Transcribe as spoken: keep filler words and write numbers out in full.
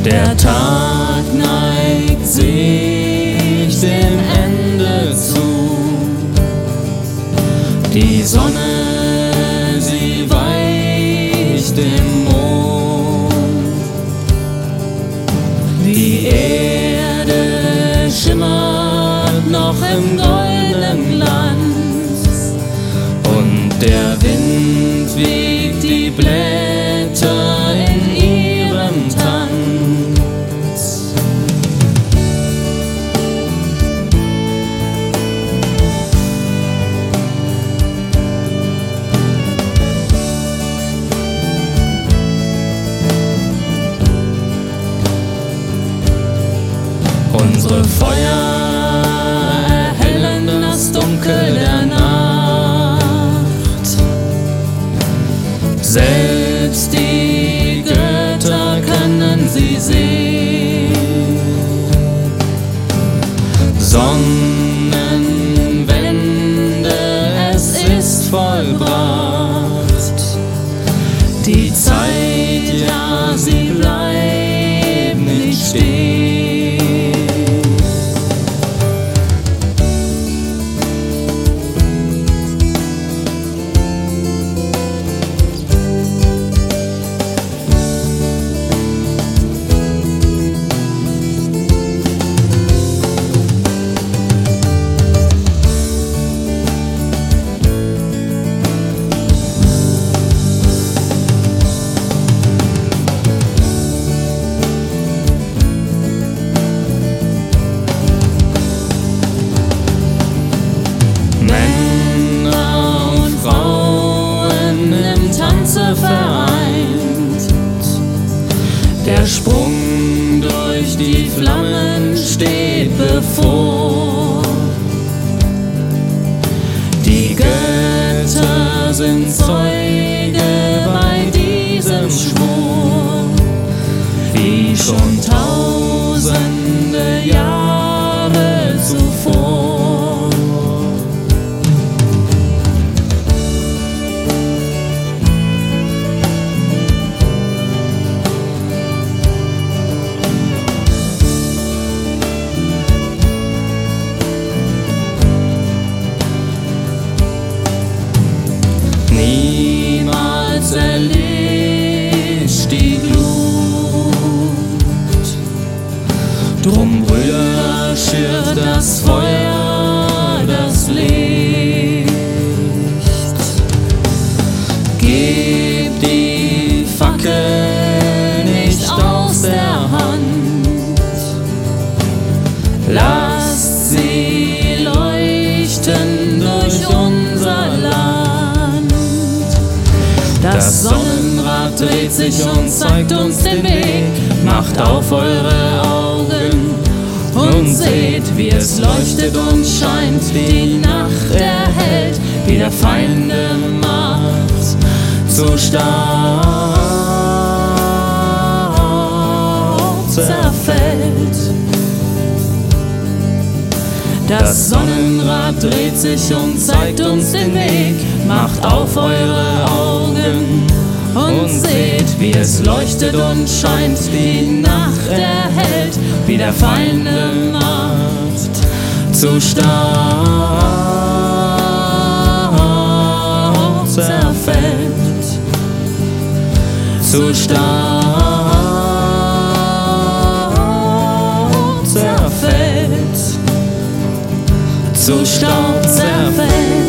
Der Tag neigt sich dem Ende zu. Die Sonne, sie weicht dem Mond. Die Erde schimmert noch im goldenen Glanz. Und der Wind wiegt die Blätter in ihrem Tanz. Unsere Feuer erhellen das Dunkel der Nacht. Selbst die Götter können sie sehen. Sonnenwende, es ist vollbracht. Die Zeit, ja, sie bleibt nicht stehen. Vereint. Der Sprung durch die Flammen steht bevor. Die Götter sind Zeuge bei diesem Schwur, wie schon tausende Jahre zuvor. Niemals erlischt die Glut, drum, Brüder, schürt das Feuer das Licht. Gebt die Fackel nicht aus der Hand, lasst sie leuchten durch unser Land. Das Sonnenrad dreht sich und zeigt uns den Weg. Macht auf eure Augen und seht, wie es leuchtet und scheint. Die Nacht erhellt, wie der Feinde Macht zu Staub zerfällt. Das Sonnenrad dreht sich und zeigt uns den Weg. Macht auf eure Augen und seht, wie es leuchtet und scheint. Die Nacht erhellt, wie der Feinde Macht zu Staub zerfällt. Zu Staub zerfällt. Zu Staub zerfällt.